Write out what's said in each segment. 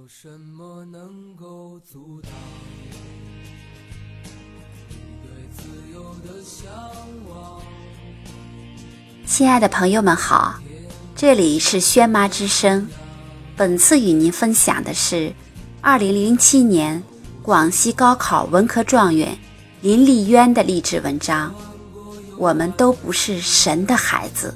什么能够阻挡你对自由的向往。 亲爱的朋友们好，这里是轩妈之声，本次与您分享的是2007年广西高考文科状元林丽渊的励志文章。我们都不是神的孩子。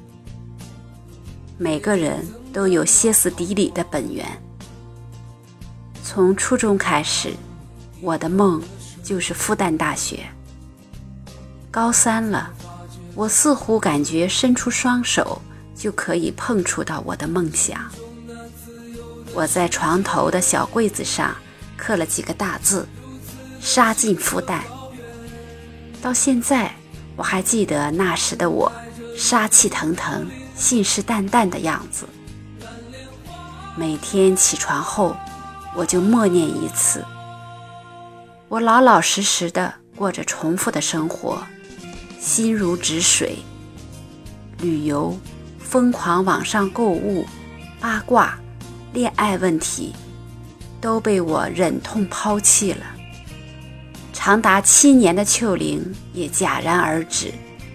每个人都有歇斯底里的本源。从初中开始，我的梦就是复旦大学。高三了，我似乎感觉伸出双手就可以碰触到我的梦想。我在床头的小柜子上刻了几个大字：杀进复旦。到现在我还记得那时的我杀气腾腾、信誓旦旦的样子。每天起床后我就默念一次。我老老实实的过着重复的生活，心如止水。旅游、疯狂网上购物、八卦、恋爱问题都被我忍痛抛弃了。长达7年的秋龄也戛然而止。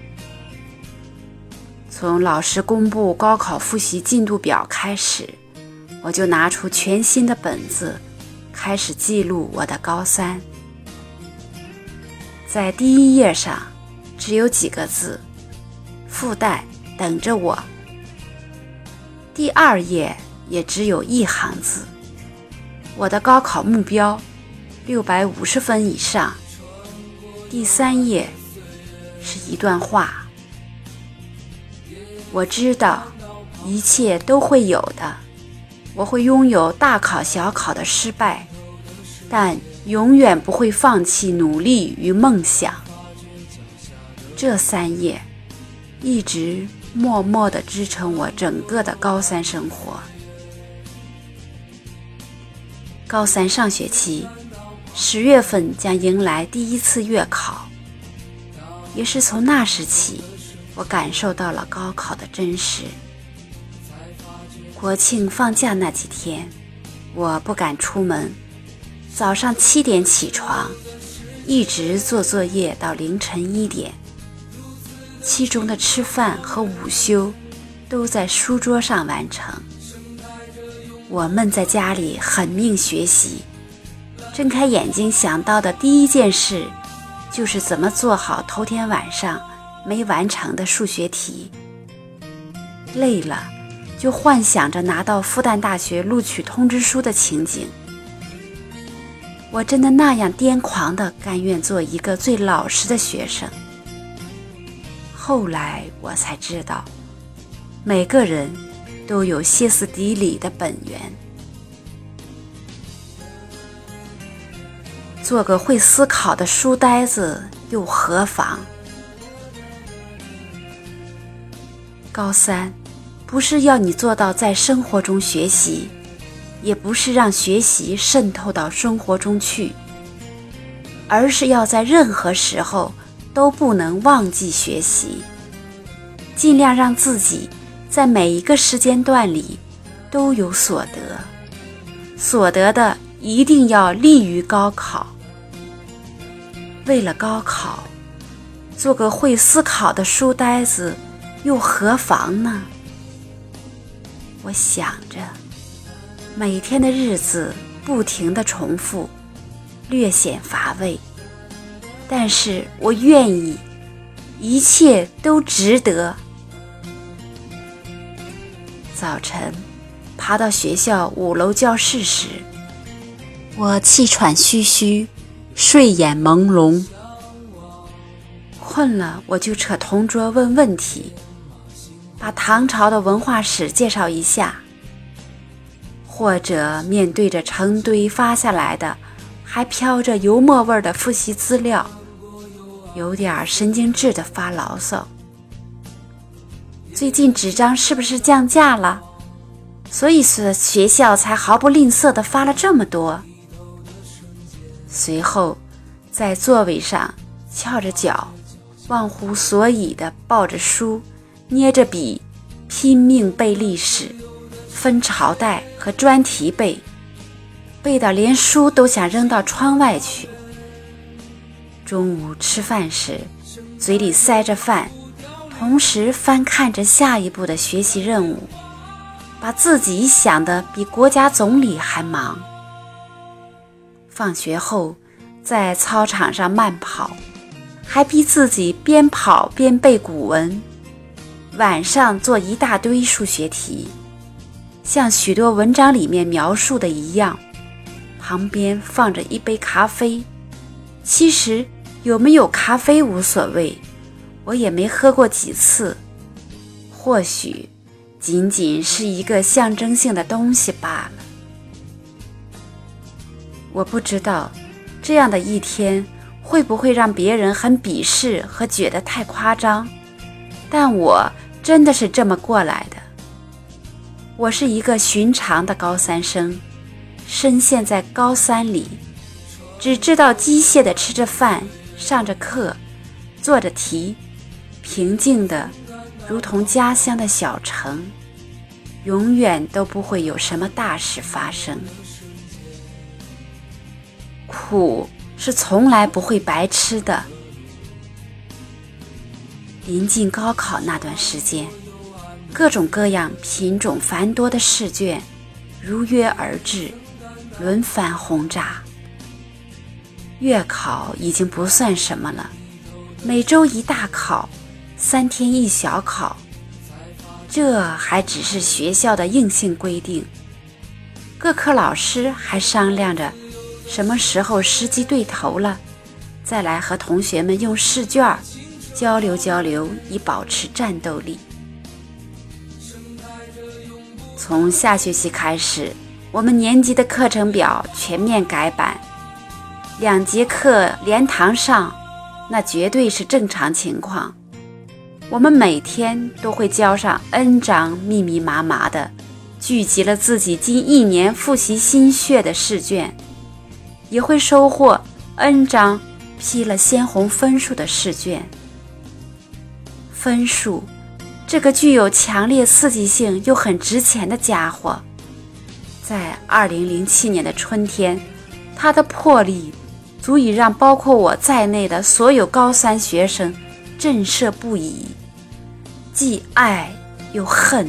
从老师公布高考复习进度表开始，我就拿出全新的本子，开始记录我的高三。在第一页上只有几个字：复旦等着我。第二页也只有一行字：我的高考目标650分以上。第三页是一段话：我知道一切都会有的，我会拥有大考小考的失败，但永远不会放弃努力与梦想。这3页一直默默地支撑我整个的高三生活。高三上学期10月份将迎来第一次月考，也是从那时起，我感受到了高考的真实。国庆放假那几天，我不敢出门，早上7点起床，一直做作业到凌晨1点，其中的吃饭和午休都在书桌上完成。我闷在家里狠命学习，睁开眼睛想到的第一件事就是怎么做好头天晚上没完成的数学题。累了就幻想着拿到复旦大学录取通知书的情景。我真的那样癫狂地甘愿做一个最老实的学生。后来我才知道，每个人都有歇斯底里的本源。做个会思考的书呆子又何妨？高三不是要你做到在生活中学习，也不是让学习渗透到生活中去，而是要在任何时候都不能忘记学习，尽量让自己在每一个时间段里都有所得，所得的一定要利于高考。为了高考，做个会思考的书呆子又何妨呢？我想着，每天的日子不停地重复，略显乏味，但是我愿意，一切都值得。早晨爬到学校5楼教室时，我气喘吁吁，睡眼朦胧。困了我就扯同桌问问题，把唐朝的文化史介绍一下，或者面对着成堆发下来的还飘着油墨味的复习资料，有点神经质的发牢骚。最近纸张是不是降价了？所以学校才毫不吝啬地发了这么多。随后在座位上翘着脚，忘乎所以地抱着书，捏着笔，拼命背历史，分朝代和专题背， 背到连书都想扔到窗外去。中午吃饭时，嘴里塞着饭，同时翻看着下一步的学习任务，把自己想得比国家总理还忙。放学后在操场上慢跑，还逼自己边跑边背古文。晚上做一大堆数学题，像许多文章里面描述的一样，旁边放着一杯咖啡。其实有没有咖啡无所谓，我也没喝过几次，或许仅仅是一个象征性的东西罢了。我不知道这样的一天会不会让别人很鄙视和觉得太夸张，但我真的是这么过来的。我是一个寻常的高三生，深陷在高三里，只知道机械地吃着饭，上着课，做着题，平静的如同家乡的小城，永远都不会有什么大事发生。苦是从来不会白吃的。临近高考那段时间，各种各样品种繁多的试卷如约而至，轮番轰炸。月考已经不算什么了，每周一大考，3天一小考，这还只是学校的硬性规定。各科老师还商量着什么时候时机对头了，再来和同学们用试卷交流交流，以保持战斗力。从下学期开始，我们年级的课程表全面改版，2节课连堂上，那绝对是正常情况。我们每天都会交上 N 张密密麻麻的聚集了自己近1年复习心血的试卷，也会收获 N 张披了鲜红分数的试卷。分数，这个具有强烈刺激性又很值钱的家伙，在2007年的春天，它的魄力足以让包括我在内的所有高三学生震慑不已，既爱又恨。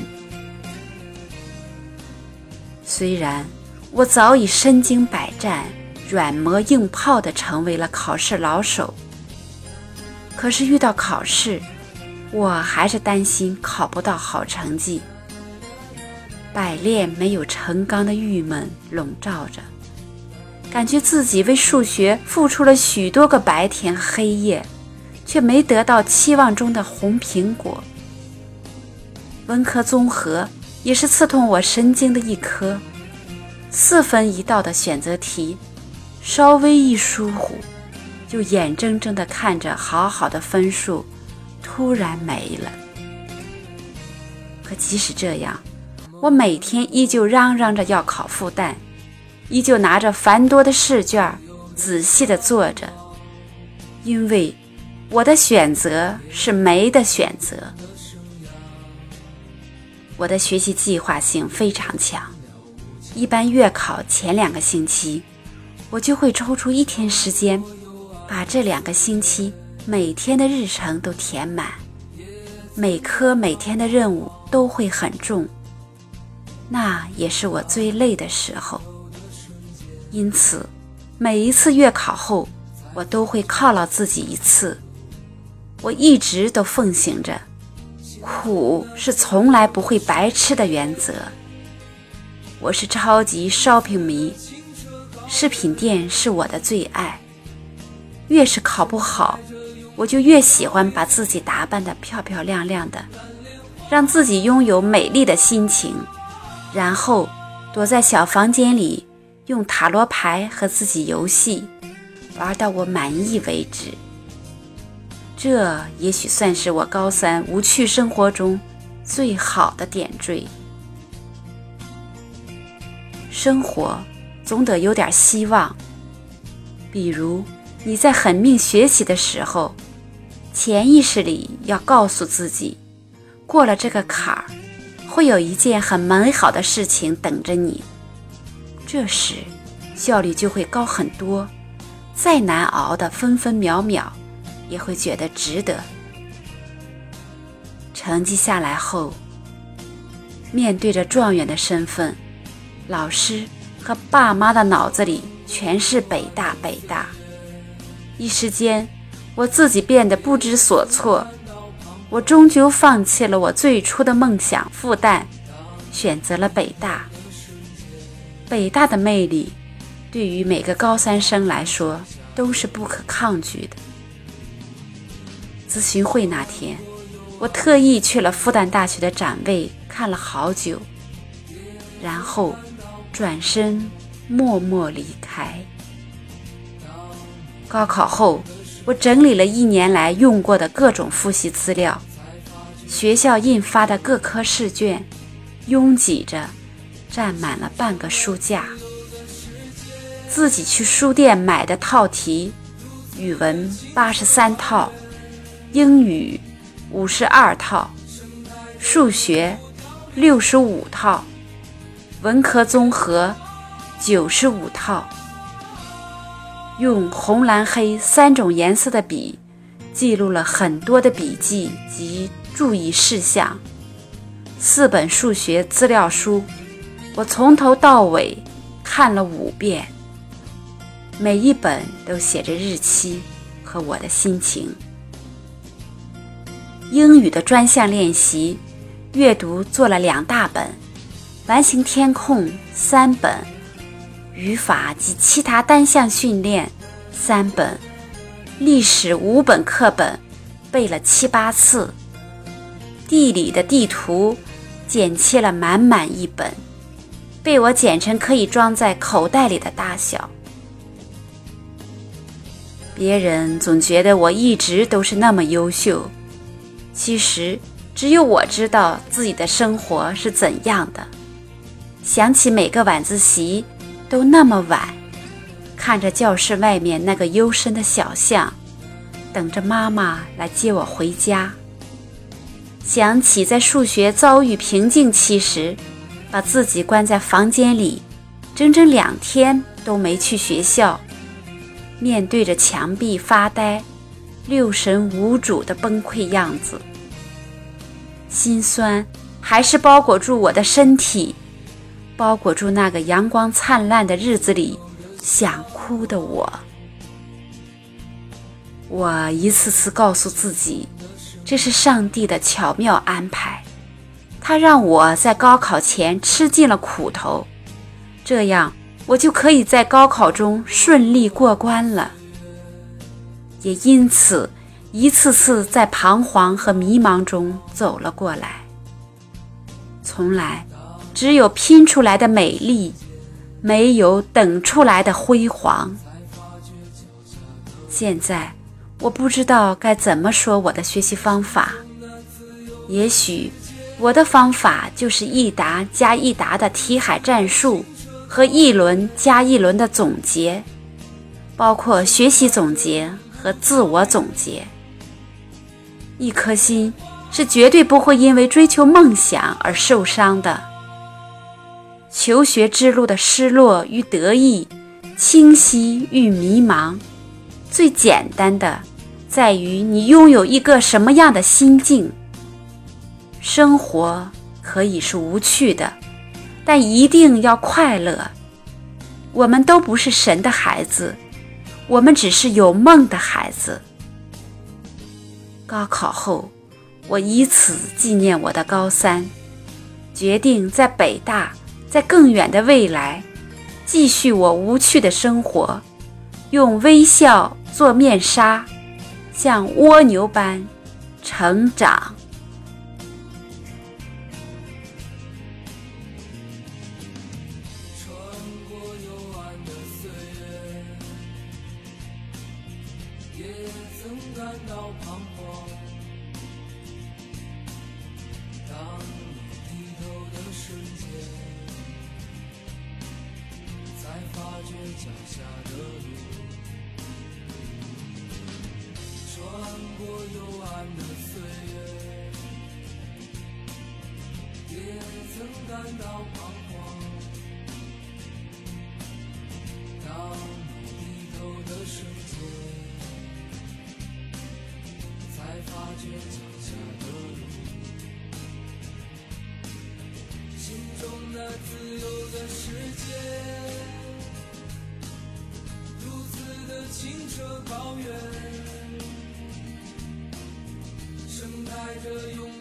虽然我早已身经百战，软磨硬泡地成为了考试老手，可是遇到考试，我还是担心考不到好成绩。百炼没有成钢的郁闷笼罩着，感觉自己为数学付出了许多个白天黑夜，却没得到期望中的红苹果。文科综合也是刺痛我神经的一科，4分一道的选择题，稍微一疏忽，就眼睁睁地看着好好的分数突然没了。可即使这样，我每天依旧嚷嚷着要考复旦，依旧拿着繁多的试卷仔细地做着，因为我的选择是没的选择。我的学习计划性非常强，一般月考前2个星期，我就会抽出1天时间，把这2个星期每天的日程都填满，每科每天的任务都会很重，那也是我最累的时候。因此每一次月考后，我都会犒劳自己一次。我一直都奉行着苦是从来不会白吃的原则。我是超级 shopping 迷，饰品店是我的最爱。越是考不好，我就越喜欢把自己打扮得漂漂亮亮的，让自己拥有美丽的心情，然后躲在小房间里用塔罗牌和自己游戏，玩到我满意为止。这也许算是我高三无趣生活中最好的点缀。生活总得有点希望，比如你在狠命学习的时候，潜意识里要告诉自己，过了这个坎儿，会有一件很美好的事情等着你。这时效率就会高很多，再难熬的分分秒秒也会觉得值得。成绩下来后，面对着状元的身份，老师和爸妈的脑子里全是北大北大。一时间我自己变得不知所措，我终究放弃了我最初的梦想复旦，选择了北大。北大的魅力对于每个高三生来说都是不可抗拒的。咨询会那天，我特意去了复旦大学的展位看了好久，然后转身默默离开。高考后，我整理了1年来用过的各种复习资料，学校印发的各科试卷拥挤着占满了半个书架。自己去书店买的套题，语文83套，英语52套，数学65套，文科综合95套。用红蓝黑3种颜色的笔记录了很多的笔记及注意事项。4本数学资料书，我从头到尾看了5遍，每一本都写着日期和我的心情。英语的专项练习，阅读做了2大本，完形填空3本，语法及其他单项训练3本，历史5本课本背了7、8次，地理的地图剪切了满满1本，被我剪成可以装在口袋里的大小。别人总觉得我一直都是那么优秀，其实只有我知道自己的生活是怎样的。想起每个晚自习都那么晚，看着教室外面那个幽深的小巷，等着妈妈来接我回家。想起在数学遭遇瓶颈期时，把自己关在房间里，整整2天都没去学校，面对着墙壁发呆，六神无主的崩溃样子。心酸还是包裹住我的身体，包裹住那个阳光灿烂的日子里想哭的我。我一次次告诉自己，这是上帝的巧妙安排，他让我在高考前吃尽了苦头，这样我就可以在高考中顺利过关了。也因此一次次在彷徨和迷茫中走了过来。从来只有拼出来的美丽，没有等出来的辉煌。现在我不知道该怎么说我的学习方法，也许我的方法就是一答加一答的题海战术和一轮加一轮的总结，包括学习总结和自我总结。一颗心是绝对不会因为追求梦想而受伤的。求学之路的失落与得意，清晰与迷茫，最简单的在于你拥有一个什么样的心境。生活可以是无趣的，但一定要快乐。我们都不是神的孩子，我们只是有梦的孩子。高考后，我以此纪念我的高三，决定在北大，在更远的未来，继续我无趣的生活，用微笑做面纱，像蜗牛般成长。 感到彷徨，当你低头的瞬间，才发觉脚下的路，穿过幽暗的岁月，也曾感到彷徨， 高原，盛开着永